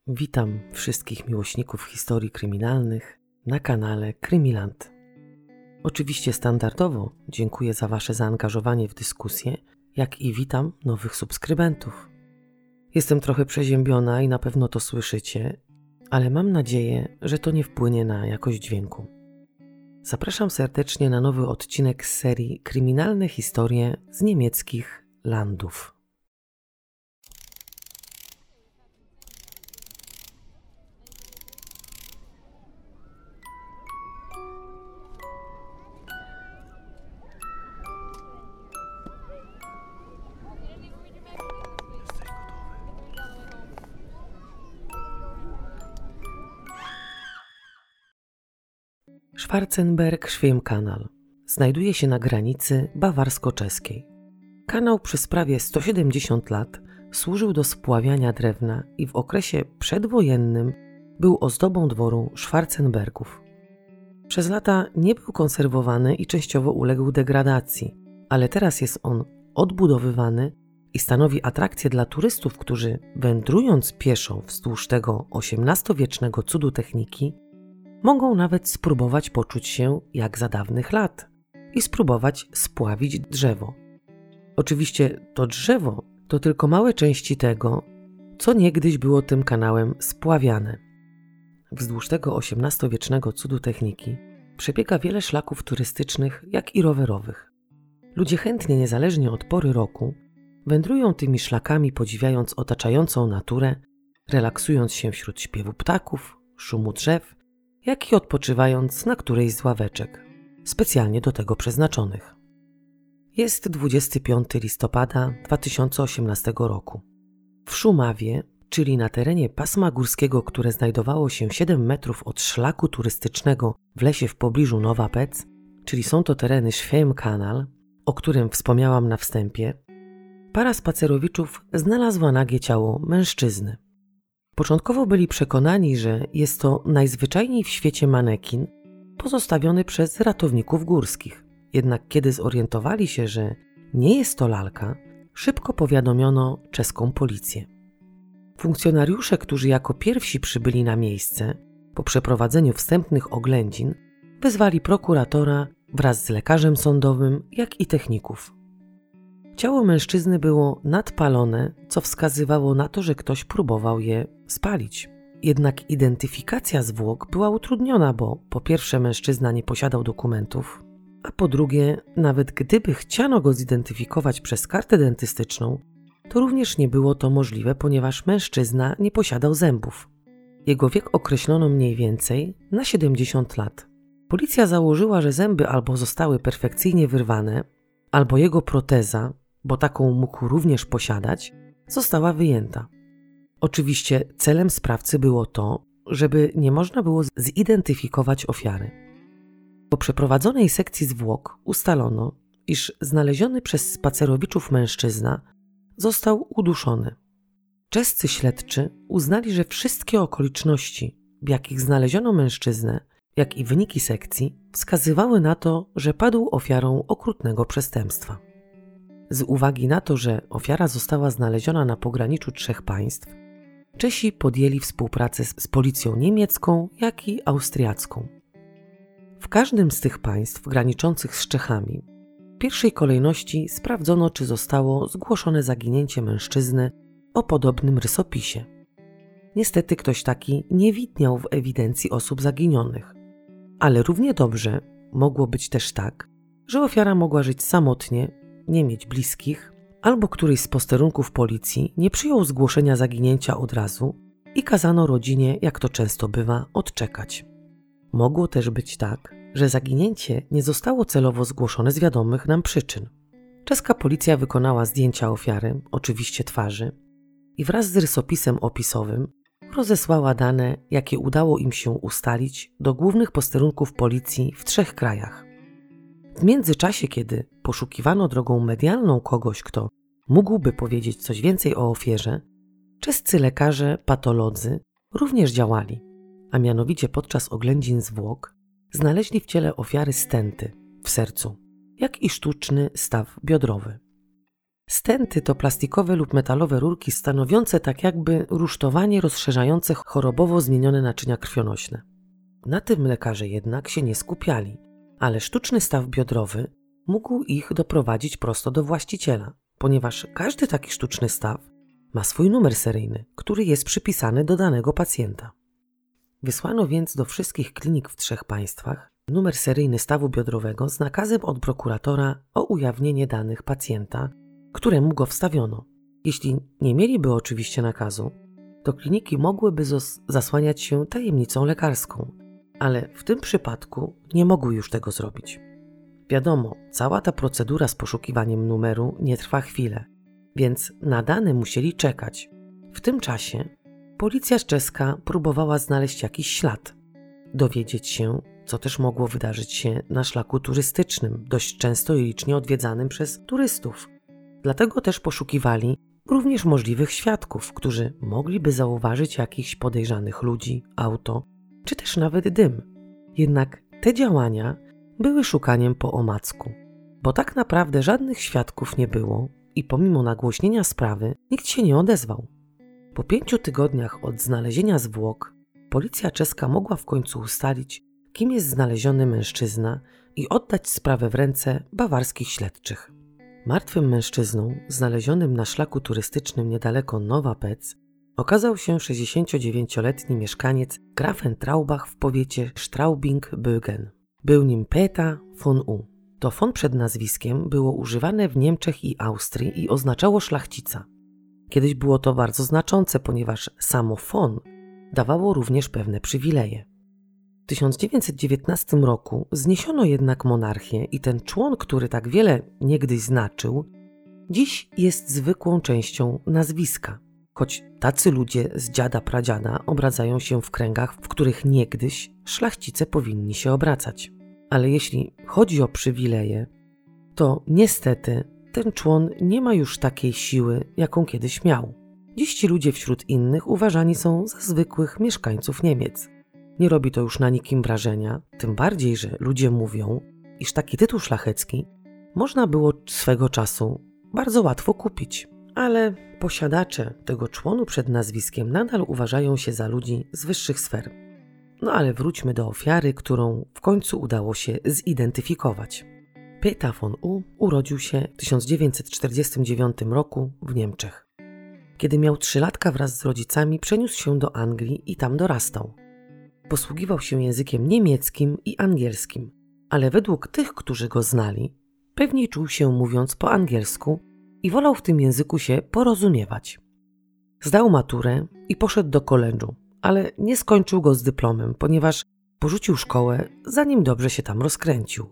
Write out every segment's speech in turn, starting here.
Witam wszystkich miłośników historii kryminalnych na kanale Krymiland. Oczywiście standardowo dziękuję za Wasze zaangażowanie w dyskusję, jak i witam nowych subskrybentów. Jestem trochę przeziębiona i na pewno to słyszycie, ale mam nadzieję, że to nie wpłynie na jakość dźwięku. Zapraszam serdecznie na nowy odcinek z serii Kryminalne historie z niemieckich landów. Schwarzenberg-Schwemmkanal znajduje się na granicy bawarsko-czeskiej. Kanał przez prawie 170 lat służył do spławiania drewna i w okresie przedwojennym był ozdobą dworu Schwarzenbergów. Przez lata nie był konserwowany i częściowo uległ degradacji, ale teraz jest on odbudowywany i stanowi atrakcję dla turystów, którzy wędrując pieszo wzdłuż tego XVIII-wiecznego cudu techniki mogą nawet spróbować poczuć się jak za dawnych lat i spróbować spławić drzewo. Oczywiście to drzewo to tylko małe części tego, co niegdyś było tym kanałem spławiane. Wzdłuż tego XVIII-wiecznego cudu techniki przebiega wiele szlaków turystycznych, jak i rowerowych. Ludzie chętnie, niezależnie od pory roku, wędrują tymi szlakami, podziwiając otaczającą naturę, relaksując się wśród śpiewu ptaków, szumu drzew, jak i odpoczywając na którejś z ławeczek, specjalnie do tego przeznaczonych. Jest 25 listopada 2018 roku. W Szumawie, czyli na terenie pasma górskiego, które znajdowało się 7 metrów od szlaku turystycznego w lesie w pobliżu Nowa Pec, czyli są to tereny Schwemmkanal, o którym wspomniałam na wstępie, para spacerowiczów znalazła nagie ciało mężczyzny. Początkowo byli przekonani, że jest to najzwyczajniej w świecie manekin pozostawiony przez ratowników górskich. Jednak kiedy zorientowali się, że nie jest to lalka, szybko powiadomiono czeską policję. Funkcjonariusze, którzy jako pierwsi przybyli na miejsce, po przeprowadzeniu wstępnych oględzin, wezwali prokuratora wraz z lekarzem sądowym, jak i techników. Ciało mężczyzny było nadpalone, co wskazywało na to, że ktoś próbował je spalić. Jednak identyfikacja zwłok była utrudniona, bo po pierwsze mężczyzna nie posiadał dokumentów, a po drugie, nawet gdyby chciano go zidentyfikować przez kartę dentystyczną, to również nie było to możliwe, ponieważ mężczyzna nie posiadał zębów. Jego wiek określono mniej więcej na 70 lat. Policja założyła, że zęby albo zostały perfekcyjnie wyrwane, albo jego proteza, bo taką mógł również posiadać, została wyjęta. Oczywiście celem sprawcy było to, żeby nie można było zidentyfikować ofiary. Po przeprowadzonej sekcji zwłok ustalono, iż znaleziony przez spacerowiczów mężczyzna został uduszony. Czescy śledczy uznali, że wszystkie okoliczności, w jakich znaleziono mężczyznę, jak i wyniki sekcji, wskazywały na to, że padł ofiarą okrutnego przestępstwa. Z uwagi na to, że ofiara została znaleziona na pograniczu 3 państw, Czesi podjęli współpracę z policją niemiecką, jak i austriacką. W każdym z tych państw graniczących z Czechami w pierwszej kolejności sprawdzono, czy zostało zgłoszone zaginięcie mężczyzny o podobnym rysopisie. Niestety ktoś taki nie widniał w ewidencji osób zaginionych, ale równie dobrze mogło być też tak, że ofiara mogła żyć samotnie, nie mieć bliskich, albo któryś z posterunków policji nie przyjął zgłoszenia zaginięcia od razu i kazano rodzinie, jak to często bywa, odczekać. Mogło też być tak, że zaginięcie nie zostało celowo zgłoszone z wiadomych nam przyczyn. Czeska policja wykonała zdjęcia ofiary, oczywiście twarzy, i wraz z rysopisem opisowym rozesłała dane, jakie udało im się ustalić do głównych posterunków policji w 3 krajach. W międzyczasie, kiedy poszukiwano drogą medialną kogoś, kto mógłby powiedzieć coś więcej o ofierze, czescy lekarze, patolodzy również działali, a mianowicie podczas oględzin zwłok znaleźli w ciele ofiary stenty w sercu, jak i sztuczny staw biodrowy. Stenty to plastikowe lub metalowe rurki stanowiące tak jakby rusztowanie rozszerzające chorobowo zmienione naczynia krwionośne. Na tym lekarze jednak się nie skupiali, ale sztuczny staw biodrowy mógł ich doprowadzić prosto do właściciela, ponieważ każdy taki sztuczny staw ma swój numer seryjny, który jest przypisany do danego pacjenta. Wysłano więc do wszystkich klinik w 3 państwach numer seryjny stawu biodrowego z nakazem od prokuratora o ujawnienie danych pacjenta, któremu go wstawiono. Jeśli nie mieliby oczywiście nakazu, to kliniki mogłyby zasłaniać się tajemnicą lekarską, ale w tym przypadku nie mogły już tego zrobić. Wiadomo, cała ta procedura z poszukiwaniem numeru nie trwa chwilę, więc na dane musieli czekać. W tym czasie policja czeska próbowała znaleźć jakiś ślad, dowiedzieć się, co też mogło wydarzyć się na szlaku turystycznym, dość często i licznie odwiedzanym przez turystów. Dlatego też poszukiwali również możliwych świadków, którzy mogliby zauważyć jakichś podejrzanych ludzi, auto, czy też nawet dym. Jednak te działania były szukaniem po omacku, bo tak naprawdę żadnych świadków nie było i pomimo nagłośnienia sprawy nikt się nie odezwał. Po 5 tygodniach od znalezienia zwłok policja czeska mogła w końcu ustalić, kim jest znaleziony mężczyzna i oddać sprawę w ręce bawarskich śledczych. Martwym mężczyzną, znalezionym na szlaku turystycznym niedaleko Nowa Pec, okazał się 69-letni mieszkaniec Grafentraubach w powiecie Straubing-Bögen. Był nim Peter von U. To von przed nazwiskiem było używane w Niemczech i Austrii i oznaczało szlachcica. Kiedyś było to bardzo znaczące, ponieważ samo von dawało również pewne przywileje. W 1919 roku zniesiono jednak monarchię i ten człon, który tak wiele niegdyś znaczył, dziś jest zwykłą częścią nazwiska, choć tacy ludzie z dziada pradziada obracają się w kręgach, w których niegdyś szlachcice powinni się obracać. Ale jeśli chodzi o przywileje, to niestety ten człon nie ma już takiej siły, jaką kiedyś miał. Dziś ci ludzie wśród innych uważani są za zwykłych mieszkańców Niemiec. Nie robi to już na nikim wrażenia, tym bardziej, że ludzie mówią, iż taki tytuł szlachecki można było swego czasu bardzo łatwo kupić. Ale posiadacze tego członu przed nazwiskiem nadal uważają się za ludzi z wyższych sfer. No ale wróćmy do ofiary, którą w końcu udało się zidentyfikować. Peter von U urodził się w 1949 roku w Niemczech. Kiedy miał 3 latka wraz z rodzicami, przeniósł się do Anglii i tam dorastał. Posługiwał się językiem niemieckim i angielskim, ale według tych, którzy go znali, pewniej czuł się mówiąc po angielsku i wolał w tym języku się porozumiewać. Zdał maturę i poszedł do koledżu, ale nie skończył go z dyplomem, ponieważ porzucił szkołę, zanim dobrze się tam rozkręcił.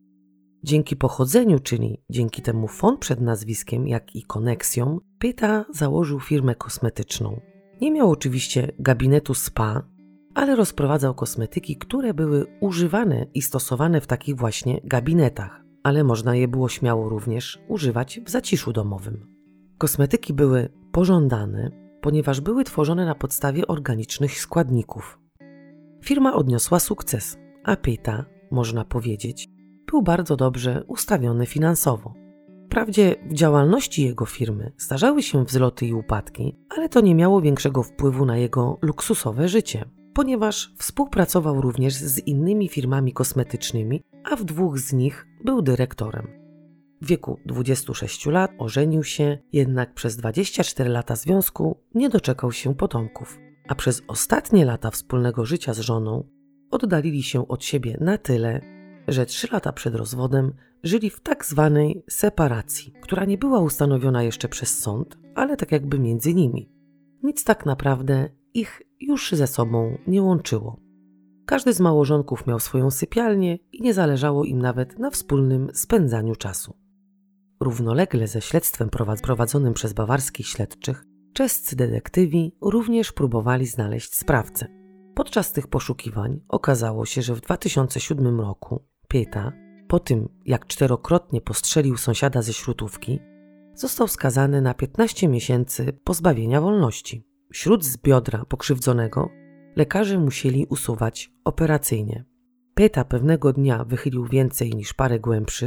Dzięki pochodzeniu, czyli dzięki temu von przed nazwiskiem, jak i koneksjom, Peter założył firmę kosmetyczną. Nie miał oczywiście gabinetu spa, ale rozprowadzał kosmetyki, które były używane i stosowane w takich właśnie gabinetach, ale można je było śmiało również używać w zaciszu domowym. Kosmetyki były pożądane, ponieważ były tworzone na podstawie organicznych składników. Firma odniosła sukces, a Peter, można powiedzieć, był bardzo dobrze ustawiony finansowo. Wprawdzie w działalności jego firmy zdarzały się wzloty i upadki, ale to nie miało większego wpływu na jego luksusowe życie, ponieważ współpracował również z innymi firmami kosmetycznymi, a w 2 z nich był dyrektorem. W wieku 26 lat ożenił się, jednak przez 24 lata związku nie doczekał się potomków, a przez ostatnie lata wspólnego życia z żoną oddalili się od siebie na tyle, że 3 lata przed rozwodem żyli w tak zwanej separacji, która nie była ustanowiona jeszcze przez sąd, ale tak jakby między nimi. Nic tak naprawdę ich już ze sobą nie łączyło. Każdy z małżonków miał swoją sypialnię i nie zależało im nawet na wspólnym spędzaniu czasu. Równolegle ze śledztwem prowadzonym przez bawarskich śledczych, czescy detektywi również próbowali znaleźć sprawcę. Podczas tych poszukiwań okazało się, że w 2007 roku Peter, po tym jak 4-krotnie postrzelił sąsiada ze śrutówki, został skazany na 15 miesięcy pozbawienia wolności. Śrut z biodra pokrzywdzonego lekarze musieli usuwać operacyjnie. Peter pewnego dnia wychylił więcej niż parę głębszych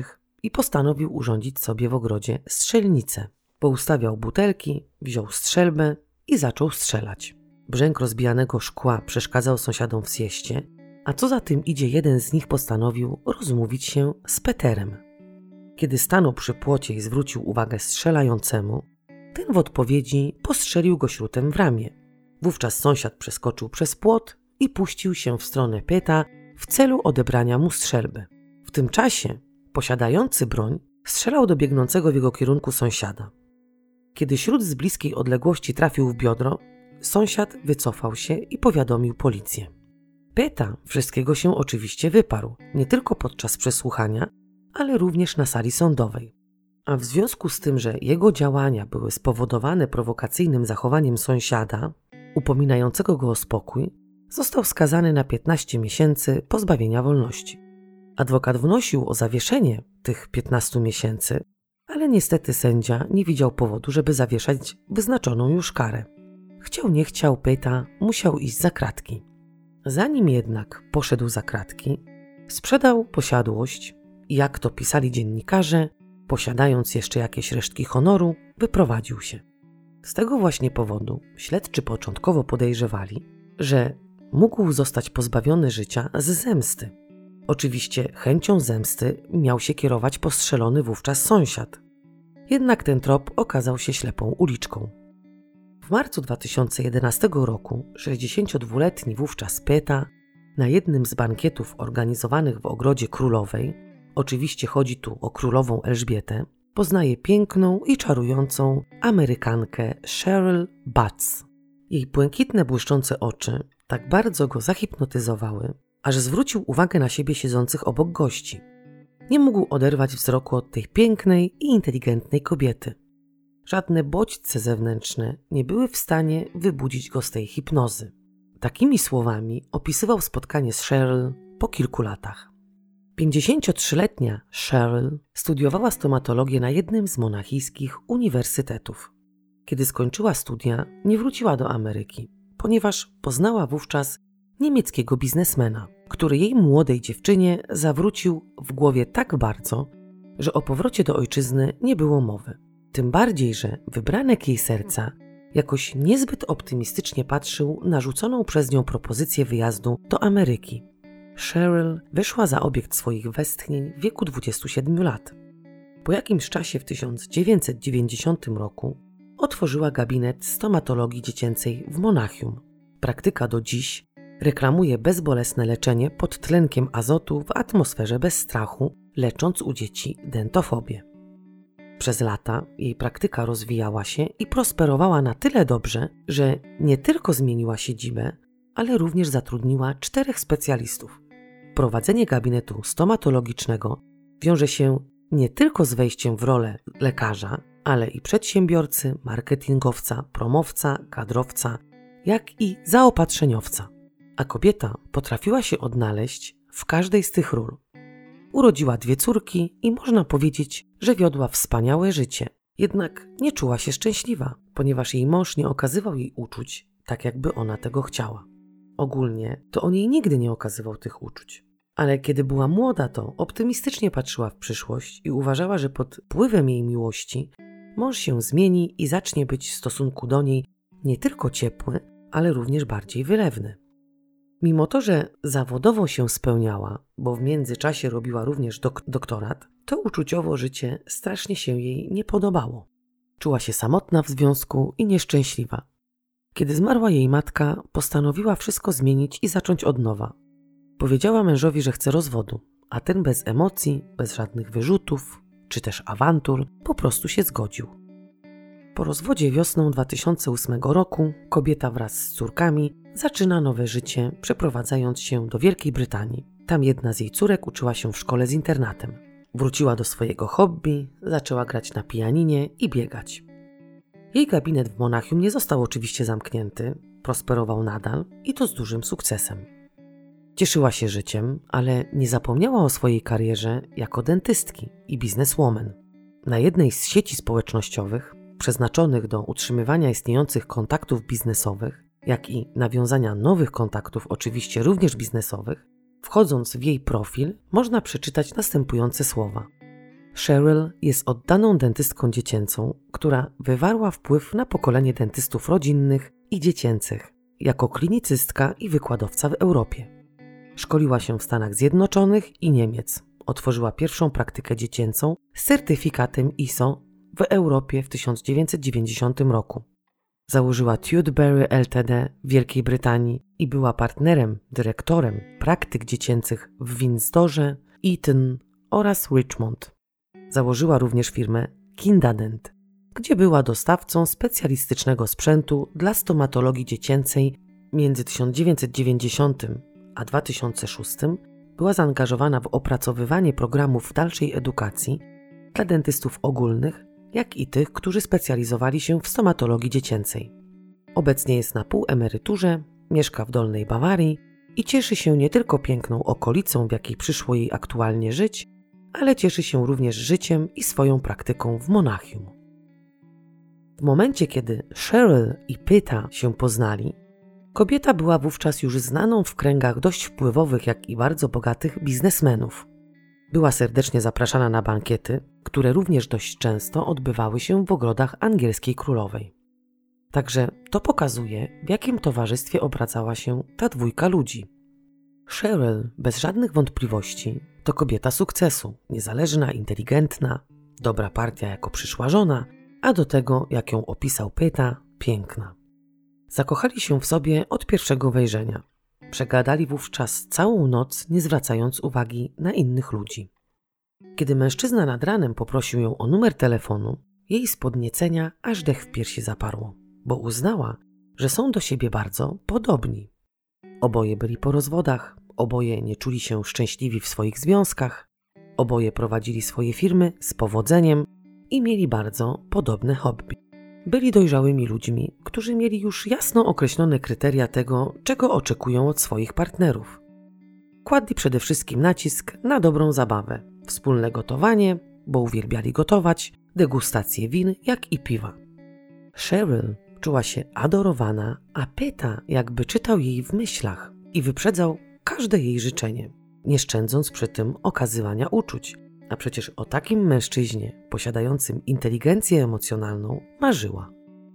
i postanowił urządzić sobie w ogrodzie strzelnicę. Poustawiał butelki, wziął strzelbę i zaczął strzelać. Brzęk rozbijanego szkła przeszkadzał sąsiadom w sieście, a co za tym idzie, jeden z nich postanowił rozmówić się z Peterem. Kiedy stanął przy płocie i zwrócił uwagę strzelającemu, ten w odpowiedzi postrzelił go śrutem w ramię. Wówczas sąsiad przeskoczył przez płot i puścił się w stronę Peta w celu odebrania mu strzelby. W tym czasie posiadający broń strzelał do biegnącego w jego kierunku sąsiada. Kiedy śrut z bliskiej odległości trafił w biodro, sąsiad wycofał się i powiadomił policję. Peta wszystkiego się oczywiście wyparł, nie tylko podczas przesłuchania, ale również na sali sądowej. A w związku z tym, że jego działania były spowodowane prowokacyjnym zachowaniem sąsiada, upominającego go o spokój, został skazany na 15 miesięcy pozbawienia wolności. Adwokat wnosił o zawieszenie tych 15 miesięcy, ale niestety sędzia nie widział powodu, żeby zawieszać wyznaczoną już karę. Chciał nie chciał, Peta musiał iść za kratki. Zanim jednak poszedł za kratki, sprzedał posiadłość i, jak to pisali dziennikarze, posiadając jeszcze jakieś resztki honoru, wyprowadził się. Z tego właśnie powodu śledczy początkowo podejrzewali, że mógł zostać pozbawiony życia z zemsty. Oczywiście chęcią zemsty miał się kierować postrzelony wówczas sąsiad. Jednak ten trop okazał się ślepą uliczką. W marcu 2011 roku 62-letni wówczas Peta na jednym z bankietów organizowanych w Ogrodzie Królowej, oczywiście chodzi tu o królową Elżbietę, poznaje piękną i czarującą Amerykankę Cheryl Batts. Jej błękitne, błyszczące oczy tak bardzo go zahipnotyzowały, aż zwrócił uwagę na siebie siedzących obok gości. Nie mógł oderwać wzroku od tej pięknej i inteligentnej kobiety. Żadne bodźce zewnętrzne nie były w stanie wybudzić go z tej hipnozy. Takimi słowami opisywał spotkanie z Cheryl po kilku latach. 53-letnia Cheryl studiowała stomatologię na jednym z monachijskich uniwersytetów. Kiedy skończyła studia, nie wróciła do Ameryki, ponieważ poznała wówczas niemieckiego biznesmena, który jej młodej dziewczynie zawrócił w głowie tak bardzo, że o powrocie do ojczyzny nie było mowy. Tym bardziej, że wybranek jej serca jakoś niezbyt optymistycznie patrzył na rzuconą przez nią propozycję wyjazdu do Ameryki. Cheryl wyszła za obiekt swoich westchnień w wieku 27 lat. Po jakimś czasie w 1990 roku otworzyła gabinet stomatologii dziecięcej w Monachium. Praktyka do dziś reklamuje bezbolesne leczenie pod tlenkiem azotu w atmosferze bez strachu, lecząc u dzieci dentofobię. Przez lata jej praktyka rozwijała się i prosperowała na tyle dobrze, że nie tylko zmieniła siedzibę, ale również zatrudniła 4 specjalistów. Prowadzenie gabinetu stomatologicznego wiąże się nie tylko z wejściem w rolę lekarza, ale i przedsiębiorcy, marketingowca, promowca, kadrowca, jak i zaopatrzeniowca. A kobieta potrafiła się odnaleźć w każdej z tych ról. Urodziła 2 córki i można powiedzieć, że wiodła wspaniałe życie. Jednak nie czuła się szczęśliwa, ponieważ jej mąż nie okazywał jej uczuć tak, jakby ona tego chciała. Ogólnie to on jej nigdy nie okazywał tych uczuć. Ale kiedy była młoda, to optymistycznie patrzyła w przyszłość i uważała, że pod wpływem jej miłości mąż się zmieni i zacznie być w stosunku do niej nie tylko ciepły, ale również bardziej wylewny. Mimo to, że zawodowo się spełniała, bo w międzyczasie robiła również doktorat, to uczuciowo życie strasznie się jej nie podobało. Czuła się samotna w związku i nieszczęśliwa. Kiedy zmarła jej matka, postanowiła wszystko zmienić i zacząć od nowa. Powiedziała mężowi, że chce rozwodu, a ten bez emocji, bez żadnych wyrzutów czy też awantur po prostu się zgodził. Po rozwodzie wiosną 2008 roku kobieta wraz z córkami zaczyna nowe życie, przeprowadzając się do Wielkiej Brytanii. Tam jedna z jej córek uczyła się w szkole z internatem. Wróciła do swojego hobby, zaczęła grać na pianinie i biegać. Jej gabinet w Monachium nie został oczywiście zamknięty, prosperował nadal i to z dużym sukcesem. Cieszyła się życiem, ale nie zapomniała o swojej karierze jako dentystki i bizneswoman. Na jednej z sieci społecznościowych, przeznaczonych do utrzymywania istniejących kontaktów biznesowych, jak i nawiązania nowych kontaktów, oczywiście również biznesowych, wchodząc w jej profil, można przeczytać następujące słowa. Cheryl jest oddaną dentystką dziecięcą, która wywarła wpływ na pokolenie dentystów rodzinnych i dziecięcych, jako klinicystka i wykładowca w Europie. Szkoliła się w Stanach Zjednoczonych i Niemiec. Otworzyła pierwszą praktykę dziecięcą z certyfikatem ISO w Europie w 1990 roku. Założyła Tudeberry Ltd. w Wielkiej Brytanii i była partnerem, dyrektorem praktyk dziecięcych w Windsorze, Eton oraz Richmond. Założyła również firmę Kindadent, gdzie była dostawcą specjalistycznego sprzętu dla stomatologii dziecięcej. Między 1990 a 2006 była zaangażowana w opracowywanie programów dalszej edukacji dla dentystów ogólnych, jak i tych, którzy specjalizowali się w stomatologii dziecięcej. Obecnie jest na półemeryturze, mieszka w Dolnej Bawarii i cieszy się nie tylko piękną okolicą, w jakiej przyszło jej aktualnie żyć, ale cieszy się również życiem i swoją praktyką w Monachium. W momencie, kiedy Cheryl i Pyta się poznali, kobieta była wówczas już znaną w kręgach dość wpływowych, jak i bardzo bogatych biznesmenów. Była serdecznie zapraszana na bankiety, które również dość często odbywały się w ogrodach angielskiej królowej. Także to pokazuje, w jakim towarzystwie obracała się ta dwójka ludzi. Cheryl, bez żadnych wątpliwości, to kobieta sukcesu, niezależna, inteligentna, dobra partia jako przyszła żona, a do tego, jak ją opisał Pyta, piękna. Zakochali się w sobie od pierwszego wejrzenia. Przegadali wówczas całą noc, nie zwracając uwagi na innych ludzi. Kiedy mężczyzna nad ranem poprosił ją o numer telefonu, jej z podniecenia aż dech w piersi zaparło, bo uznała, że są do siebie bardzo podobni. Oboje byli po rozwodach, oboje nie czuli się szczęśliwi w swoich związkach, oboje prowadzili swoje firmy z powodzeniem i mieli bardzo podobne hobby. Byli dojrzałymi ludźmi, którzy mieli już jasno określone kryteria tego, czego oczekują od swoich partnerów. Kładli przede wszystkim nacisk na dobrą zabawę, wspólne gotowanie, bo uwielbiali gotować, degustację win, jak i piwa. Cheryl czuła się adorowana, a Pyta jakby czytał jej w myślach i wyprzedzał każde jej życzenie, nie szczędząc przy tym okazywania uczuć. A przecież o takim mężczyźnie posiadającym inteligencję emocjonalną marzyła.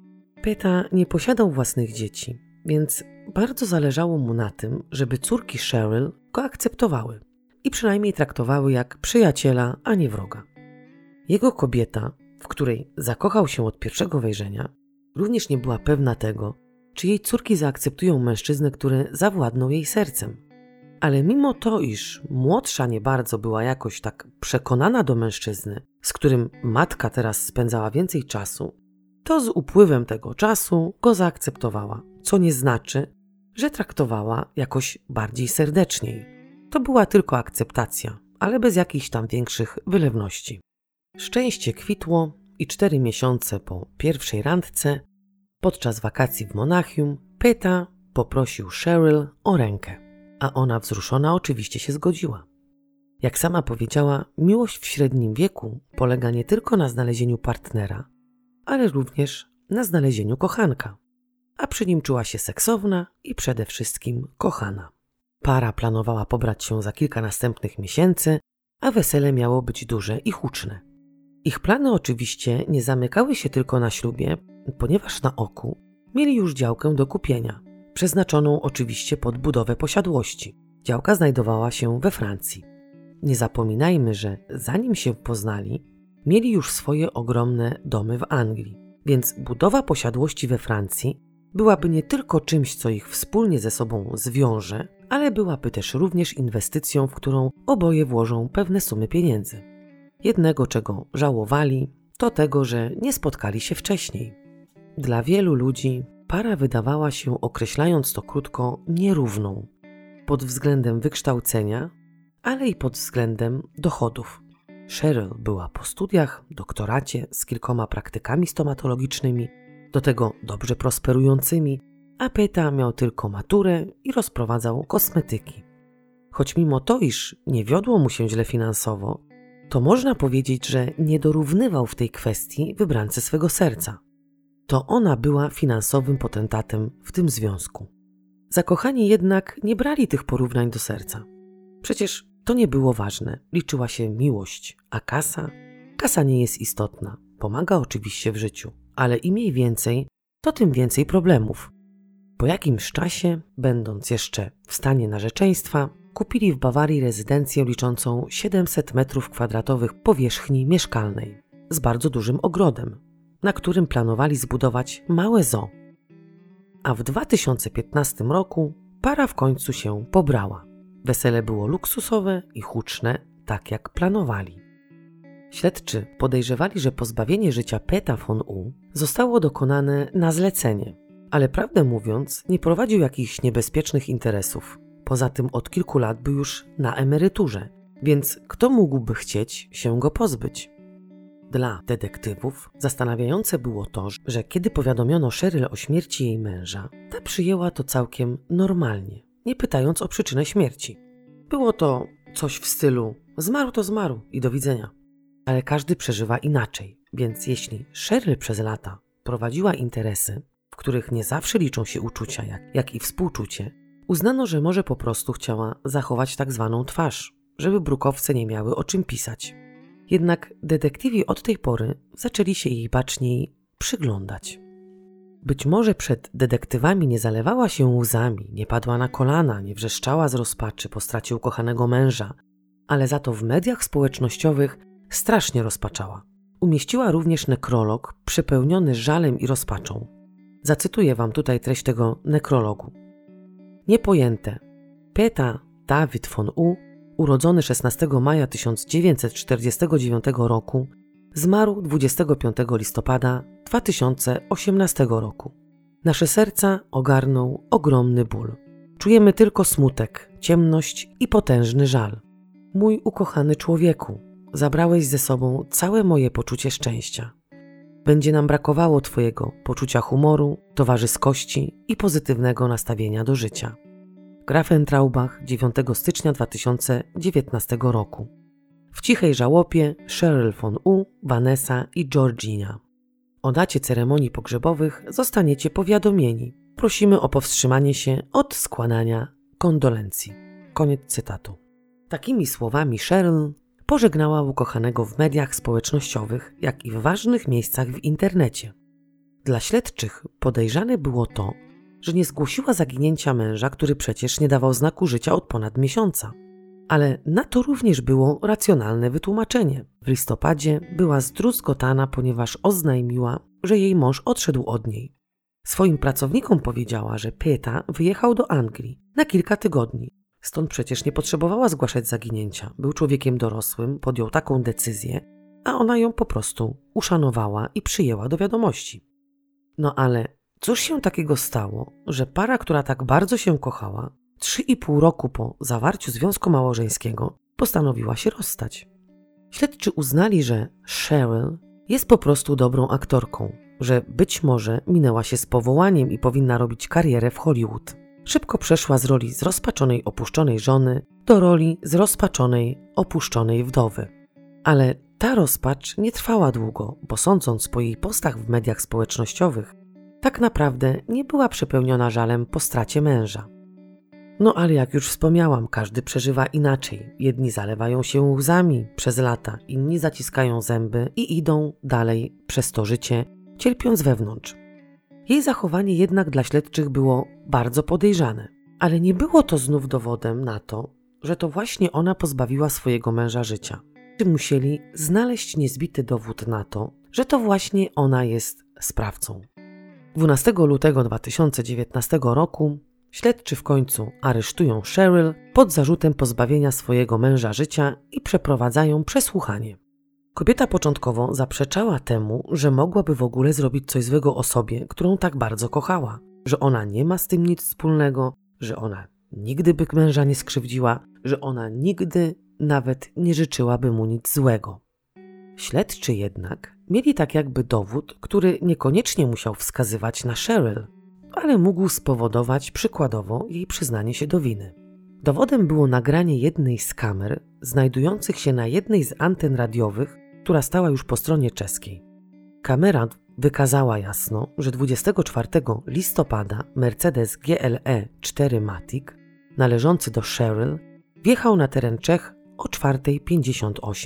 Pyta nie posiadał własnych dzieci, więc bardzo zależało mu na tym, żeby córki Cheryl go akceptowały i przynajmniej traktowały jak przyjaciela, a nie wroga. Jego kobieta, w której zakochał się od pierwszego wejrzenia, również nie była pewna tego, czy jej córki zaakceptują mężczyznę, który zawładnął jej sercem. Ale mimo to, iż młodsza nie bardzo była jakoś tak przekonana do mężczyzny, z którym matka teraz spędzała więcej czasu, to z upływem tego czasu go zaakceptowała, co nie znaczy, że traktowała jakoś bardziej serdeczniej. To była tylko akceptacja, ale bez jakichś tam większych wylewności. Szczęście kwitło i 4 miesiące po pierwszej randce, podczas wakacji w Monachium, Pyta poprosił Cheryl o rękę. A ona wzruszona oczywiście się zgodziła. Jak sama powiedziała, miłość w średnim wieku polega nie tylko na znalezieniu partnera, ale również na znalezieniu kochanka. A przy nim czuła się seksowna i przede wszystkim kochana. Para planowała pobrać się za kilka następnych miesięcy, a wesele miało być duże i huczne. Ich plany oczywiście nie zamykały się tylko na ślubie, ponieważ na oku mieli już działkę do kupienia, przeznaczoną oczywiście pod budowę posiadłości. Działka znajdowała się we Francji. Nie zapominajmy, że zanim się poznali, mieli już swoje ogromne domy w Anglii, więc budowa posiadłości we Francji byłaby nie tylko czymś, co ich wspólnie ze sobą zwiąże, ale byłaby też również inwestycją, w którą oboje włożą pewne sumy pieniędzy. Jednego, czego żałowali, to tego, że nie spotkali się wcześniej. Dla wielu ludzi para wydawała się, określając to krótko, nierówną pod względem wykształcenia, ale i pod względem dochodów. Cheryl była po studiach, doktoracie z kilkoma praktykami stomatologicznymi, do tego dobrze prosperującymi, a Pyta miał tylko maturę i rozprowadzał kosmetyki. Choć mimo to, iż nie wiodło mu się źle finansowo, to można powiedzieć, że nie dorównywał w tej kwestii wybrance swego serca. To ona była finansowym potentatem w tym związku. Zakochani jednak nie brali tych porównań do serca. Przecież to nie było ważne, liczyła się miłość, a kasa Kasa nie jest istotna, pomaga oczywiście w życiu, ale im jej więcej, to tym więcej problemów. Po jakimś czasie, będąc jeszcze w stanie narzeczeństwa, kupili w Bawarii rezydencję liczącą 700 m2 powierzchni mieszkalnej z bardzo dużym ogrodem, na którym planowali zbudować małe zoo. A w 2015 roku para w końcu się pobrała. Wesele było luksusowe i huczne, tak jak planowali. Śledczy podejrzewali, że pozbawienie życia Peta von U zostało dokonane na zlecenie, ale prawdę mówiąc nie prowadził jakichś niebezpiecznych interesów. Poza tym od kilku lat był już na emeryturze, więc kto mógłby chcieć się go pozbyć? Dla detektywów zastanawiające było to, że kiedy powiadomiono Cheryl o śmierci jej męża, ta przyjęła to całkiem normalnie, nie pytając o przyczynę śmierci. Było to coś w stylu zmarł to zmarł i do widzenia. Ale każdy przeżywa inaczej, więc jeśli Cheryl przez lata prowadziła interesy, w których nie zawsze liczą się uczucia, jak i współczucie, uznano, że może po prostu chciała zachować tak zwaną twarz, żeby brukowce nie miały o czym pisać. Jednak detektywi od tej pory zaczęli się jej baczniej przyglądać. Być może przed detektywami nie zalewała się łzami, nie padła na kolana, nie wrzeszczała z rozpaczy po stracie ukochanego męża, ale za to w mediach społecznościowych strasznie rozpaczała. Umieściła również nekrolog przepełniony żalem i rozpaczą. Zacytuję wam tutaj treść tego nekrologu. Niepojęte. Peta David von U, urodzony 16 maja 1949 roku, zmarł 25 listopada 2018 roku. Nasze serca ogarnął ogromny ból. Czujemy tylko smutek, ciemność i potężny żal. Mój ukochany człowieku, zabrałeś ze sobą całe moje poczucie szczęścia. Będzie nam brakowało twojego poczucia humoru, towarzyskości i pozytywnego nastawienia do życia. Grafentraubach 9 stycznia 2019 roku. W cichej żałobie Cheryl von U, Vanessa i Georgina. O dacie ceremonii pogrzebowych zostaniecie powiadomieni. Prosimy o powstrzymanie się od składania kondolencji. Koniec cytatu. Takimi słowami Cheryl pożegnała ukochanego w mediach społecznościowych, jak i w ważnych miejscach w internecie. Dla śledczych podejrzane było to, że nie zgłosiła zaginięcia męża, który przecież nie dawał znaku życia od ponad miesiąca. Ale na to również było racjonalne wytłumaczenie. W listopadzie była zdruzgotana, ponieważ oznajmiła, że jej mąż odszedł od niej. Swoim pracownikom powiedziała, że Peta wyjechał do Anglii na kilka tygodni. Stąd przecież nie potrzebowała zgłaszać zaginięcia. Był człowiekiem dorosłym, podjął taką decyzję, a ona ją po prostu uszanowała i przyjęła do wiadomości. No ale cóż się takiego stało, że para, która tak bardzo się kochała, 3,5 roku po zawarciu związku małżeńskiego postanowiła się rozstać? Śledczy uznali, że Cheryl jest po prostu dobrą aktorką, że być może minęła się z powołaniem i powinna robić karierę w Hollywood. Szybko przeszła z roli zrozpaczonej, opuszczonej żony do roli zrozpaczonej, opuszczonej wdowy. Ale ta rozpacz nie trwała długo, bo sądząc po jej postach w mediach społecznościowych, tak naprawdę nie była przepełniona żalem po stracie męża. No ale jak już wspomniałam, każdy przeżywa inaczej. Jedni zalewają się łzami przez lata, inni zaciskają zęby i idą dalej przez to życie, cierpiąc wewnątrz. Jej zachowanie jednak dla śledczych było bardzo podejrzane, ale nie było to znów dowodem na to, że to właśnie ona pozbawiła swojego męża życia. Musieli znaleźć niezbity dowód na to, że to właśnie ona jest sprawcą. 12 lutego 2019 roku śledczy w końcu aresztują Cheryl pod zarzutem pozbawienia swojego męża życia i przeprowadzają przesłuchanie. Kobieta początkowo zaprzeczała temu, że mogłaby w ogóle zrobić coś złego osobie, którą tak bardzo kochała, że ona nie ma z tym nic wspólnego, że ona nigdy by męża nie skrzywdziła, że ona nigdy nawet nie życzyłaby mu nic złego. Śledczy jednak mieli tak jakby dowód, który niekoniecznie musiał wskazywać na Cheryl, ale mógł spowodować przykładowo jej przyznanie się do winy. Dowodem było nagranie jednej z kamer znajdujących się na jednej z anten radiowych, która stała już po stronie czeskiej. Kamera wykazała jasno, że 24 listopada Mercedes GLE 4 Matic, należący do Cheryl, wjechał na teren Czech o 4:58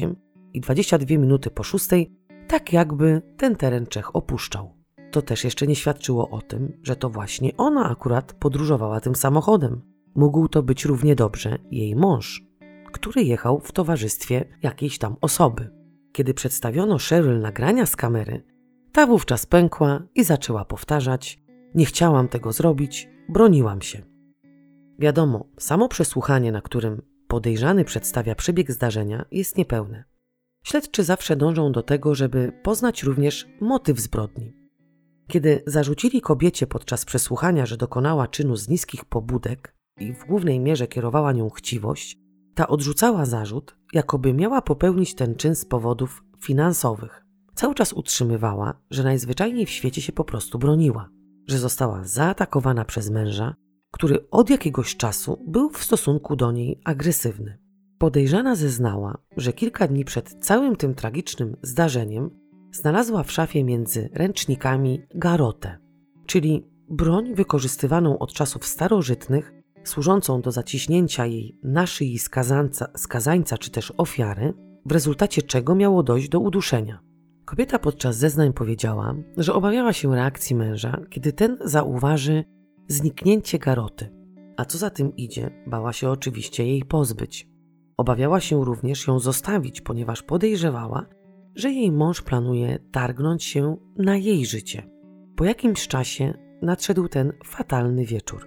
i 22 minuty po 6, tak jakby ten teren Czech opuszczał. To też jeszcze nie świadczyło o tym, że to właśnie ona akurat podróżowała tym samochodem. Mógł to być równie dobrze jej mąż, który jechał w towarzystwie jakiejś tam osoby. Kiedy przedstawiono Cheryl nagrania z kamery, ta wówczas pękła i zaczęła powtarzać: nie chciałam tego zrobić, broniłam się. Wiadomo, samo przesłuchanie, na którym podejrzany przedstawia przebieg zdarzenia, jest niepełne. Śledczy zawsze dążą do tego, żeby poznać również motyw zbrodni. Kiedy zarzucili kobiecie podczas przesłuchania, że dokonała czynu z niskich pobudek i w głównej mierze kierowała nią chciwość, ta odrzucała zarzut, jakoby miała popełnić ten czyn z powodów finansowych. Cały czas utrzymywała, że najzwyczajniej w świecie się po prostu broniła, że została zaatakowana przez męża, który od jakiegoś czasu był w stosunku do niej agresywny. Podejrzana zeznała, że kilka dni przed całym tym tragicznym zdarzeniem znalazła w szafie między ręcznikami garotę, czyli broń wykorzystywaną od czasów starożytnych, służącą do zaciśnięcia jej na szyi skazańca czy też ofiary, w rezultacie czego miało dojść do uduszenia. Kobieta podczas zeznań powiedziała, że obawiała się reakcji męża, kiedy ten zauważy zniknięcie garoty, a co za tym idzie, bała się oczywiście jej pozbyć. Obawiała się również ją zostawić, ponieważ podejrzewała, że jej mąż planuje targnąć się na jej życie. Po jakimś czasie nadszedł ten fatalny wieczór.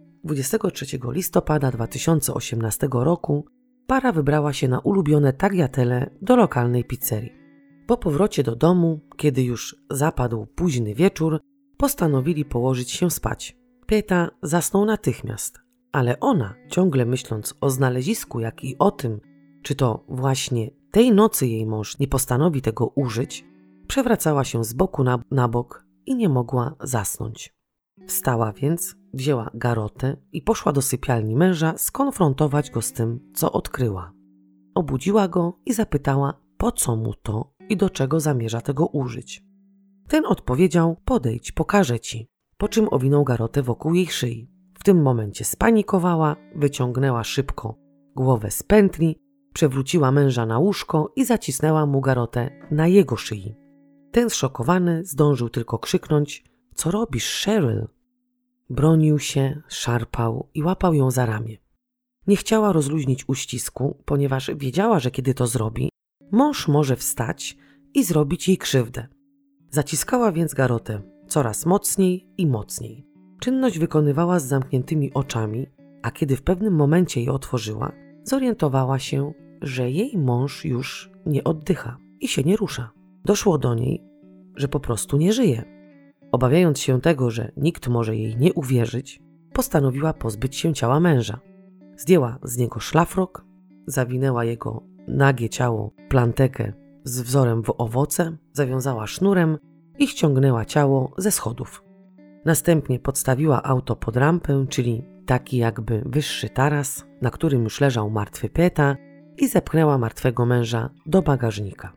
23 listopada 2018 roku para wybrała się na ulubione tagliatelle do lokalnej pizzerii. Po powrocie do domu, kiedy już zapadł późny wieczór, postanowili położyć się spać. Pieta zasnął natychmiast, ale ona, ciągle myśląc o znalezisku, jak i o tym, czy to właśnie tej nocy jej mąż nie postanowi tego użyć, przewracała się z boku na bok i nie mogła zasnąć. Wstała więc, wzięła garotę i poszła do sypialni męża skonfrontować go z tym, co odkryła. Obudziła go i zapytała, po co mu to i do czego zamierza tego użyć. Ten odpowiedział: podejdź, pokażę ci, po czym owinął garotę wokół jej szyi. W tym momencie spanikowała, wyciągnęła szybko głowę z pętli, przewróciła męża na łóżko i zacisnęła mu garotę na jego szyi. Ten zszokowany zdążył tylko krzyknąć: co robisz, Cheryl? Bronił się, szarpał i łapał ją za ramię. Nie chciała rozluźnić uścisku, ponieważ wiedziała, że kiedy to zrobi, mąż może wstać i zrobić jej krzywdę. Zaciskała więc garotę coraz mocniej i mocniej. Czynność wykonywała z zamkniętymi oczami, a kiedy w pewnym momencie je otworzyła, zorientowała się, że jej mąż już nie oddycha i się nie rusza. Doszło do niej, że po prostu nie żyje. Obawiając się tego, że nikt może jej nie uwierzyć, postanowiła pozbyć się ciała męża. Zdjęła z niego szlafrok, zawinęła jego nagie ciało w plantekę z wzorem w owoce, zawiązała sznurem i ściągnęła ciało ze schodów. Następnie podstawiła auto pod rampę, czyli taki jakby wyższy taras, na którym już leżał martwy Pieta, i zepchnęła martwego męża do bagażnika.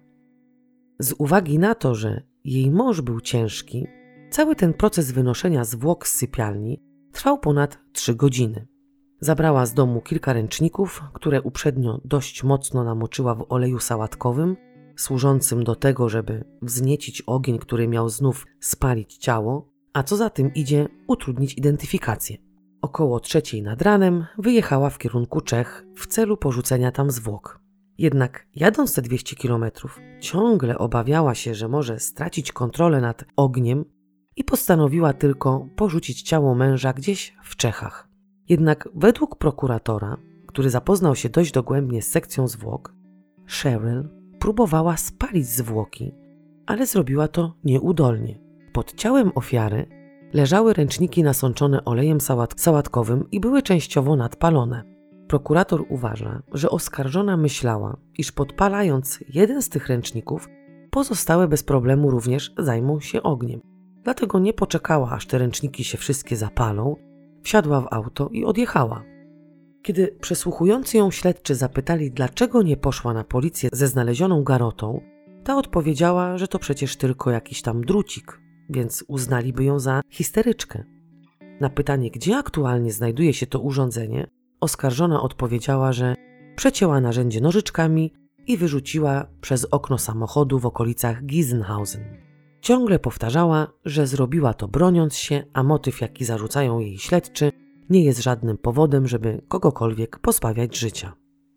Z uwagi na to, że jej mąż był ciężki, cały ten proces wynoszenia zwłok z sypialni trwał ponad 3 godziny. Zabrała z domu kilka ręczników, które uprzednio dość mocno namoczyła w oleju sałatkowym, służącym do tego, żeby wzniecić ogień, który miał znów spalić ciało, a co za tym idzie, utrudnić identyfikację. Około 3 nad ranem wyjechała w kierunku Czech w celu porzucenia tam zwłok. Jednak jadąc te 200 kilometrów, ciągle obawiała się, że może stracić kontrolę nad ogniem i postanowiła tylko porzucić ciało męża gdzieś w Czechach. Jednak według prokuratora, który zapoznał się dość dogłębnie z sekcją zwłok, Cheryl próbowała spalić zwłoki, ale zrobiła to nieudolnie. Pod ciałem ofiary leżały ręczniki nasączone olejem sałatkowym i były częściowo nadpalone. Prokurator uważa, że oskarżona myślała, iż podpalając jeden z tych ręczników, pozostałe bez problemu również zajmą się ogniem. Dlatego nie poczekała, aż te ręczniki się wszystkie zapalą, wsiadła w auto i odjechała. Kiedy przesłuchujący ją śledczy zapytali, dlaczego nie poszła na policję ze znalezioną garotą, ta odpowiedziała, że to przecież tylko jakiś tam drucik, więc uznaliby ją za histeryczkę. Na pytanie, gdzie aktualnie znajduje się to urządzenie, oskarżona odpowiedziała, że przecięła narzędzie nożyczkami i wyrzuciła przez okno samochodu w okolicach Giesenhausen. Ciągle powtarzała, że zrobiła to broniąc się, a motyw, jaki zarzucają jej śledczy, nie jest żadnym powodem, żeby kogokolwiek pozbawiać życia.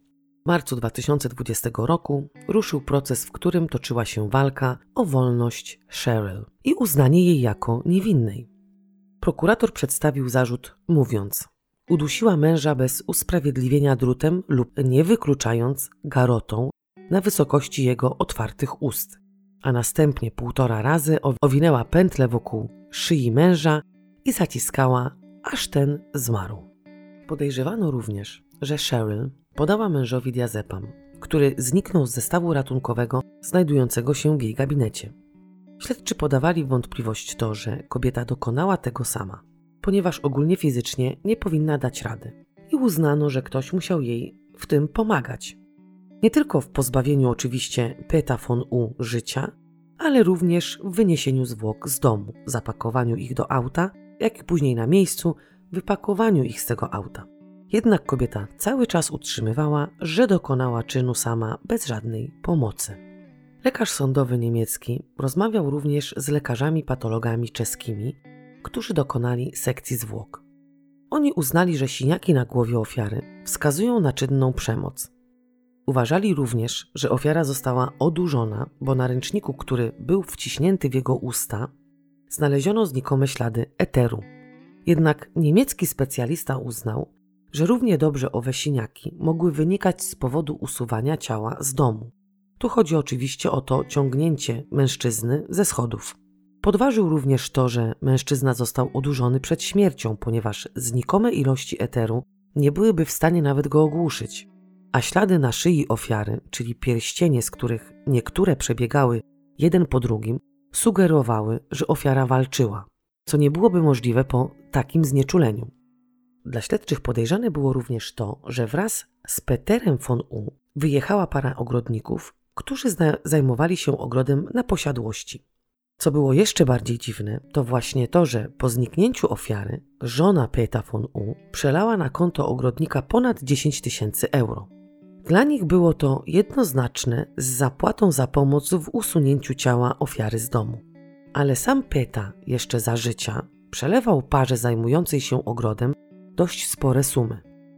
W marcu 2020 roku ruszył proces, w którym toczyła się walka o wolność Cheryl i uznanie jej jako niewinnej. Prokurator przedstawił zarzut mówiąc: udusiła męża bez usprawiedliwienia drutem lub nie wykluczając garotą na wysokości jego otwartych ust, a następnie 1,5 razy owinęła pętlę wokół szyi męża i zaciskała, aż ten zmarł. Podejrzewano również, że Cheryl podała mężowi diazepam, który zniknął z zestawu ratunkowego znajdującego się w jej gabinecie. Śledczy podawali w wątpliwość to, że kobieta dokonała tego sama, ponieważ ogólnie fizycznie nie powinna dać rady i uznano, że ktoś musiał jej w tym pomagać. Nie tylko w pozbawieniu oczywiście Peta von U życia, ale również w wyniesieniu zwłok z domu, zapakowaniu ich do auta, jak i później na miejscu wypakowaniu ich z tego auta. Jednak kobieta cały czas utrzymywała, że dokonała czynu sama bez żadnej pomocy. Lekarz sądowy niemiecki rozmawiał również z lekarzami patologami czeskimi, którzy dokonali sekcji zwłok. Oni uznali, że siniaki na głowie ofiary wskazują na czynną przemoc. Uważali również, że ofiara została odurzona, bo na ręczniku, który był wciśnięty w jego usta, znaleziono znikome ślady eteru. Jednak niemiecki specjalista uznał, że równie dobrze owe siniaki mogły wynikać z powodu usuwania ciała z domu. Tu chodzi oczywiście o to ciągnięcie mężczyzny ze schodów. Podważył również to, że mężczyzna został odurzony przed śmiercią, ponieważ znikome ilości eteru nie byłyby w stanie nawet go ogłuszyć. A ślady na szyi ofiary, czyli pierścienie, z których niektóre przebiegały jeden po drugim, sugerowały, że ofiara walczyła, co nie byłoby możliwe po takim znieczuleniu. Dla śledczych podejrzane było również to, że wraz z Peterem von U wyjechała para ogrodników, którzy zajmowali się ogrodem na posiadłości. Co było jeszcze bardziej dziwne, to właśnie to, że po zniknięciu ofiary żona Peta von U przelała na konto ogrodnika ponad 10 000 euro. Dla nich było to jednoznaczne z zapłatą za pomoc w usunięciu ciała ofiary z domu. Ale sam Peta jeszcze za życia przelewał parze zajmującej się ogrodem dość spore sumy.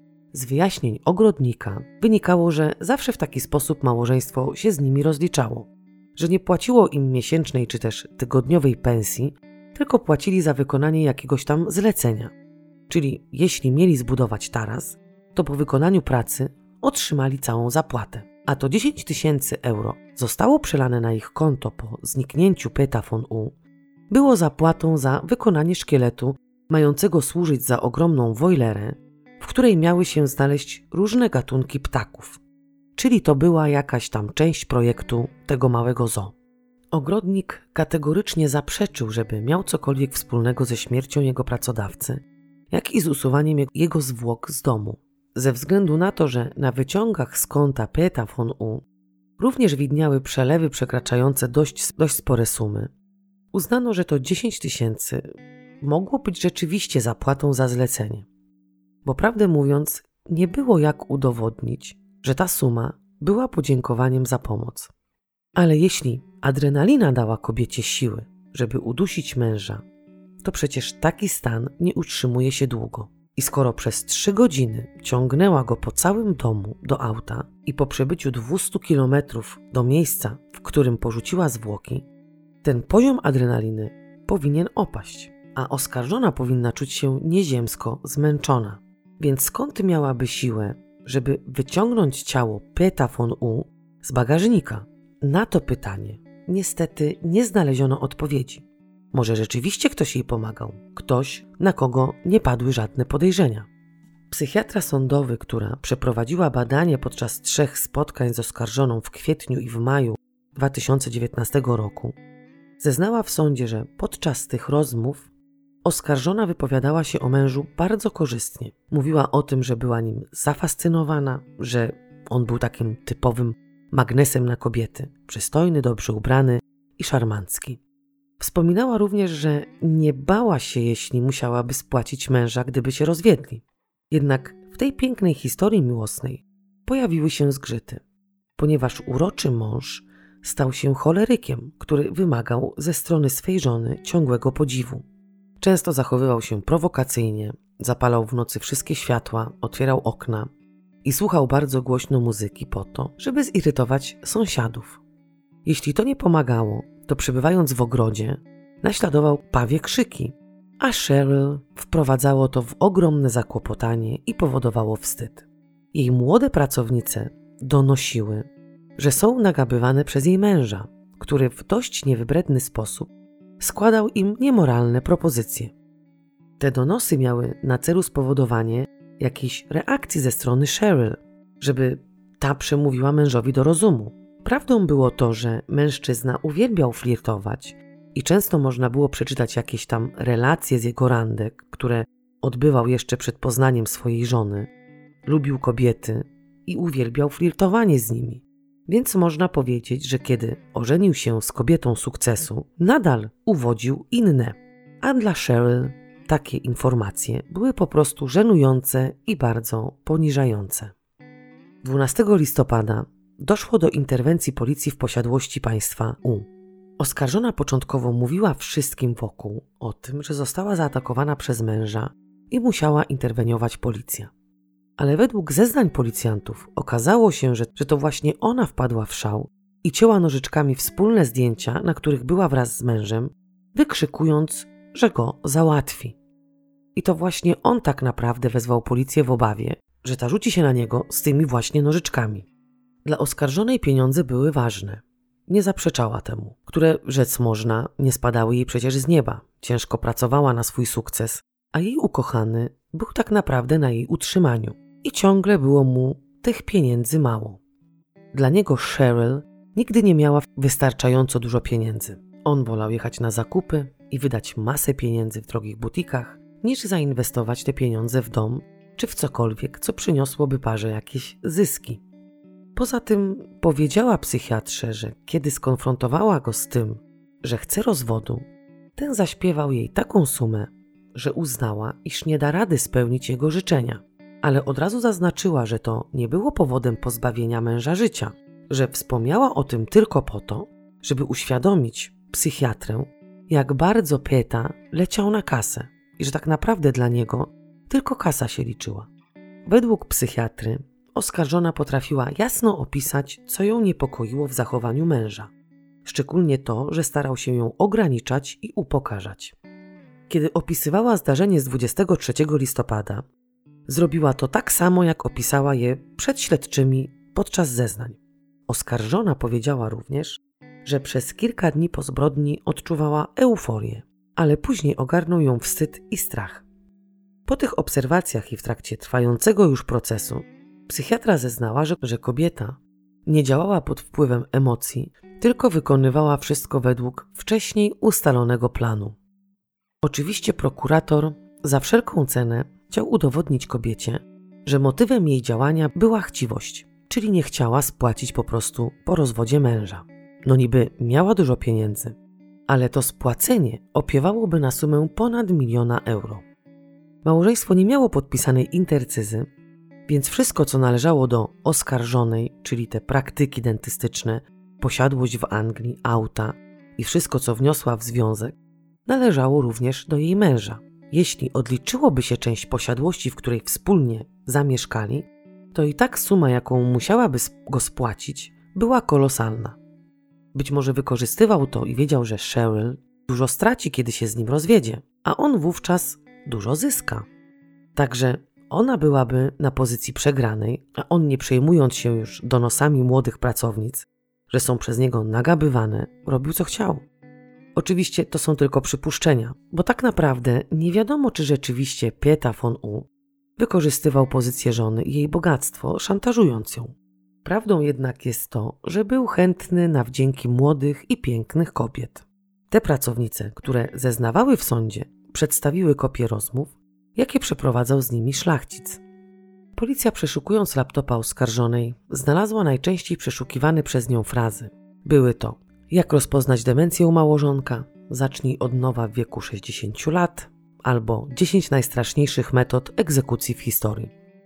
Z wyjaśnień ogrodnika wynikało, że zawsze w taki sposób małżeństwo się z nimi rozliczało, że nie płaciło im miesięcznej czy też tygodniowej pensji, tylko płacili za wykonanie jakiegoś tam zlecenia. Czyli jeśli mieli zbudować taras, to po wykonaniu pracy otrzymali całą zapłatę. A to 10 000 euro zostało przelane na ich konto po zniknięciu Peta von U, było zapłatą za wykonanie szkieletu mającego służyć za ogromną wojlerę, w której miały się znaleźć różne gatunki ptaków. Czyli to była jakaś tam część projektu tego małego zoo. Ogrodnik kategorycznie zaprzeczył, żeby miał cokolwiek wspólnego ze śmiercią jego pracodawcy, jak i z usuwaniem jego zwłok z domu. Ze względu na to, że na wyciągach z konta Peta von U również widniały przelewy przekraczające dość spore sumy, uznano, że to 10 000 mogło być rzeczywiście zapłatą za zlecenie. Bo prawdę mówiąc, nie było jak udowodnić, że ta suma była podziękowaniem za pomoc. Ale jeśli adrenalina dała kobiecie siły, żeby udusić męża, to przecież taki stan nie utrzymuje się długo. I skoro przez 3 godziny ciągnęła go po całym domu do auta i po przebyciu 200 kilometrów do miejsca, w którym porzuciła zwłoki, ten poziom adrenaliny powinien opaść, a oskarżona powinna czuć się nieziemsko zmęczona. Więc skąd miałaby siłę, żeby wyciągnąć ciało Peta von U z bagażnika? Na to pytanie niestety nie znaleziono odpowiedzi. Może rzeczywiście ktoś jej pomagał, ktoś, na kogo nie padły żadne podejrzenia. Psychiatra sądowy, która przeprowadziła badanie podczas 3 spotkań z oskarżoną w kwietniu i w maju 2019 roku, zeznała w sądzie, że podczas tych rozmów oskarżona wypowiadała się o mężu bardzo korzystnie. Mówiła o tym, że była nim zafascynowana, że on był takim typowym magnesem na kobiety, przystojny, dobrze ubrany i szarmancki. Wspominała również, że nie bała się, jeśli musiałaby spłacić męża, gdyby się rozwiedli. Jednak w tej pięknej historii miłosnej pojawiły się zgrzyty. ponieważ uroczy mąż stał się cholerykiem, który wymagał ze strony swej żony ciągłego podziwu. Często zachowywał się prowokacyjnie, zapalał w nocy wszystkie światła, otwierał okna i słuchał bardzo głośno muzyki po to, żeby zirytować sąsiadów. Jeśli to nie pomagało, to przebywając w ogrodzie, naśladował pawie krzyki, a Cheryl wprowadzało to w ogromne zakłopotanie i powodowało wstyd. Jej młode pracownice donosiły, że są nagabywane przez jej męża, który w dość niewybredny sposób składał im niemoralne propozycje. Te donosy miały na celu spowodowanie jakiejś reakcji ze strony Cheryl, żeby ta przemówiła mężowi do rozumu. Prawdą było to, że mężczyzna uwielbiał flirtować i często można było przeczytać jakieś tam relacje z jego randek, które odbywał jeszcze przed poznaniem swojej żony. Lubił kobiety i uwielbiał flirtowanie z nimi. Więc można powiedzieć, że kiedy ożenił się z kobietą sukcesu, nadal uwodził inne. A dla Cheryl takie informacje były po prostu żenujące i bardzo poniżające. 12 listopada doszło do interwencji policji w posiadłości państwa U. Oskarżona początkowo mówiła wszystkim wokół o tym, że została zaatakowana przez męża i musiała interweniować policja. Ale według zeznań policjantów okazało się, że to właśnie ona wpadła w szał i cięła nożyczkami wspólne zdjęcia, na których była wraz z mężem, wykrzykując, że go załatwi. I to właśnie on tak naprawdę wezwał policję w obawie, że ta rzuci się na niego z tymi właśnie nożyczkami. Dla oskarżonej pieniądze były ważne. Nie zaprzeczała temu, które, rzec można, nie spadały jej przecież z nieba. Ciężko pracowała na swój sukces, a jej ukochany był tak naprawdę na jej utrzymaniu. I ciągle było mu tych pieniędzy mało. Dla niego Cheryl nigdy nie miała wystarczająco dużo pieniędzy. On wolał jechać na zakupy i wydać masę pieniędzy w drogich butikach, niż zainwestować te pieniądze w dom czy w cokolwiek, co przyniosłoby parze jakieś zyski. Poza tym powiedziała psychiatrze, że kiedy skonfrontowała go z tym, że chce rozwodu, ten zaśpiewał jej taką sumę, że uznała, iż nie da rady spełnić jego życzenia. Ale od razu zaznaczyła, że to nie było powodem pozbawienia męża życia, że wspomniała o tym tylko po to, żeby uświadomić psychiatrę, jak bardzo Peta leciał na kasę i że tak naprawdę dla niego tylko kasa się liczyła. Według psychiatry oskarżona potrafiła jasno opisać, co ją niepokoiło w zachowaniu męża. Szczególnie to, że starał się ją ograniczać i upokarzać. Kiedy opisywała zdarzenie z 23 listopada, zrobiła to tak samo, jak opisała je przed śledczymi podczas zeznań. Oskarżona powiedziała również, że przez kilka dni po zbrodni odczuwała euforię, ale później ogarnął ją wstyd i strach. Po tych obserwacjach i w trakcie trwającego już procesu psychiatra zeznała, że kobieta nie działała pod wpływem emocji, tylko wykonywała wszystko według wcześniej ustalonego planu. Oczywiście prokurator za wszelką cenę chciał udowodnić kobiecie, że motywem jej działania była chciwość, czyli nie chciała spłacić po prostu po rozwodzie męża. No niby miała dużo pieniędzy, ale to spłacenie opiewałoby na sumę ponad 1 000 000 euro. Małżeństwo nie miało podpisanej intercyzy, więc wszystko, co należało do oskarżonej, czyli te praktyki dentystyczne, posiadłość w Anglii, auta i wszystko, co wniosła w związek, należało również do jej męża. Jeśli odliczyłoby się część posiadłości, w której wspólnie zamieszkali, to i tak suma, jaką musiałaby go spłacić, była kolosalna. Być może wykorzystywał to i wiedział, że Cheryl dużo straci, kiedy się z nim rozwiedzie, a on wówczas dużo zyska. Także ona byłaby na pozycji przegranej, a on, nie przejmując się już donosami młodych pracownic, że są przez niego nagabywane, robił co chciał. Oczywiście to są tylko przypuszczenia, bo tak naprawdę nie wiadomo, czy rzeczywiście Peta von U wykorzystywał pozycję żony i jej bogactwo, szantażując ją. Prawdą jednak jest to, że był chętny na wdzięki młodych i pięknych kobiet. Te pracownice, które zeznawały w sądzie, przedstawiły kopie rozmów, jakie przeprowadzał z nimi szlachcic. Policja, przeszukując laptopa oskarżonej, znalazła najczęściej przeszukiwane przez nią frazy. Były to: jak rozpoznać demencję u małżonka, zacznij od nowa w wieku 60 lat, albo 10 najstraszniejszych metod egzekucji w historii.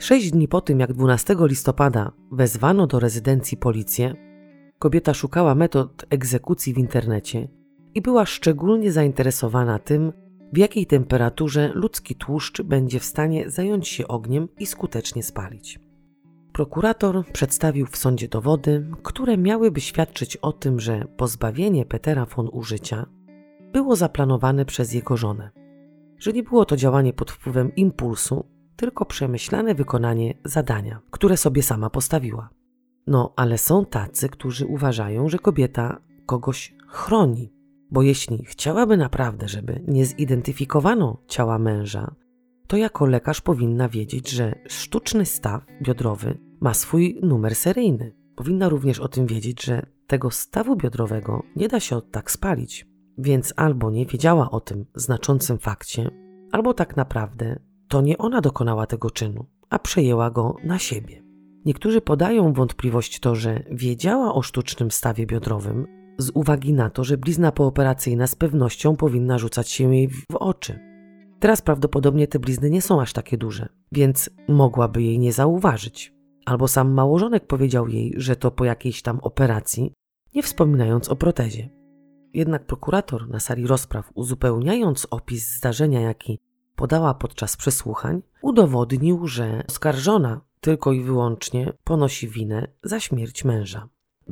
6 dni po tym, jak 12 listopada wezwano do rezydencji policję, kobieta szukała metod egzekucji w internecie i była szczególnie zainteresowana tym, w jakiej temperaturze ludzki tłuszcz będzie w stanie zająć się ogniem i skutecznie spalić. Prokurator przedstawił w sądzie dowody, które miałyby świadczyć o tym, że pozbawienie Petera von użycia było zaplanowane przez jego żonę, że nie było to działanie pod wpływem impulsu, tylko przemyślane wykonanie zadania, które sobie sama postawiła. No, ale są tacy, którzy uważają, że kobieta kogoś chroni, bo jeśli chciałaby naprawdę, żeby nie zidentyfikowano ciała męża, to jako lekarz powinna wiedzieć, że sztuczny staw biodrowy ma swój numer seryjny. Powinna również o tym wiedzieć, że tego stawu biodrowego nie da się od tak spalić, więc albo nie wiedziała o tym znaczącym fakcie, albo tak naprawdę to nie ona dokonała tego czynu, a przejęła go na siebie. Niektórzy podają wątpliwość to, że wiedziała o sztucznym stawie biodrowym z uwagi na to, że blizna pooperacyjna z pewnością powinna rzucać się jej w oczy. Teraz prawdopodobnie te blizny nie są aż takie duże, więc mogłaby jej nie zauważyć. Albo sam małżonek powiedział jej, że to po jakiejś tam operacji, nie wspominając o protezie. Jednak prokurator na sali rozpraw, uzupełniając opis zdarzenia, jaki podała podczas przesłuchań, udowodnił, że oskarżona tylko i wyłącznie ponosi winę za śmierć męża.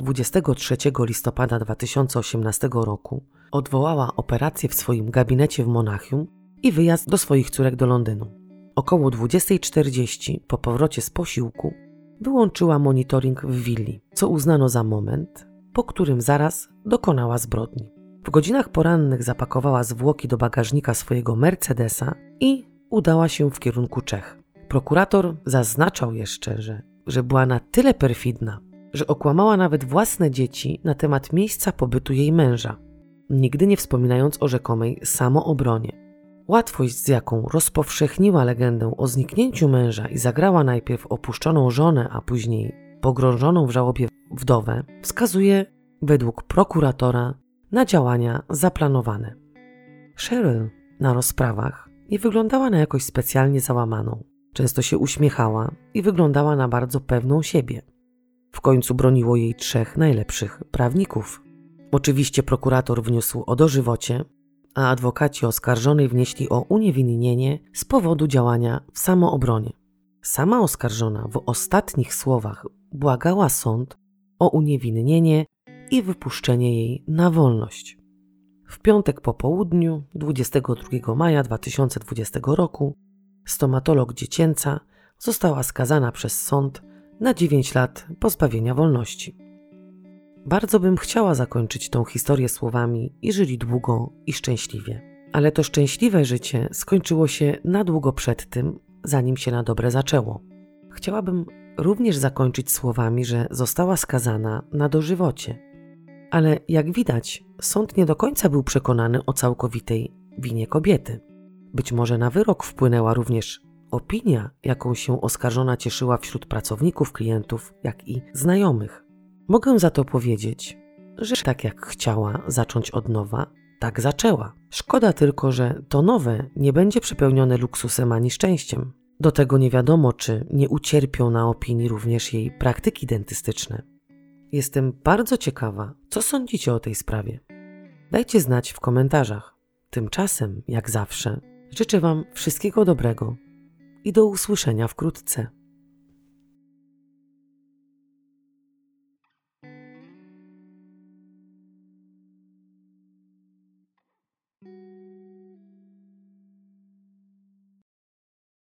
23 listopada 2018 roku odwołała operację w swoim gabinecie w Monachium i wyjazd do swoich córek do Londynu. Około 20:40 po powrocie z posiłku wyłączyła monitoring w willi, co uznano za moment, po którym zaraz dokonała zbrodni. W godzinach porannych zapakowała zwłoki do bagażnika swojego Mercedesa i udała się w kierunku Czech. Prokurator zaznaczał jeszcze, że była na tyle perfidna, że okłamała nawet własne dzieci na temat miejsca pobytu jej męża, nigdy nie wspominając o rzekomej samoobronie. Łatwość, z jaką rozpowszechniła legendę o zniknięciu męża i zagrała najpierw opuszczoną żonę, a później pogrążoną w żałobie wdowę, wskazuje według prokuratora na działania zaplanowane. Cheryl na rozprawach nie wyglądała na jakoś specjalnie załamaną. Często się uśmiechała i wyglądała na bardzo pewną siebie. W końcu broniło jej 3 najlepszych prawników. Oczywiście prokurator wniósł o dożywocie, a adwokaci oskarżonej wnieśli o uniewinnienie z powodu działania w samoobronie. Sama oskarżona w ostatnich słowach błagała sąd o uniewinnienie i wypuszczenie jej na wolność. W piątek po południu, 22 maja 2020 roku, stomatolog dziecięca została skazana przez sąd na 9 lat pozbawienia wolności. Bardzo bym chciała zakończyć tą historię słowami i żyli długo i szczęśliwie. Ale to szczęśliwe życie skończyło się na długo przed tym, zanim się na dobre zaczęło. Chciałabym również zakończyć słowami, że została skazana na dożywocie. Ale jak widać, sąd nie do końca był przekonany o całkowitej winie kobiety. Być może na wyrok wpłynęła również opinia, jaką się oskarżona cieszyła wśród pracowników, klientów, jak i znajomych. Mogę za to powiedzieć, że tak jak chciała zacząć od nowa, tak zaczęła. Szkoda tylko, że to nowe nie będzie przepełnione luksusem ani szczęściem. Do tego nie wiadomo, czy nie ucierpią na opinii również jej praktyki dentystyczne. Jestem bardzo ciekawa, co sądzicie o tej sprawie. Dajcie znać w komentarzach. Tymczasem, jak zawsze, życzę Wam wszystkiego dobrego i do usłyszenia wkrótce.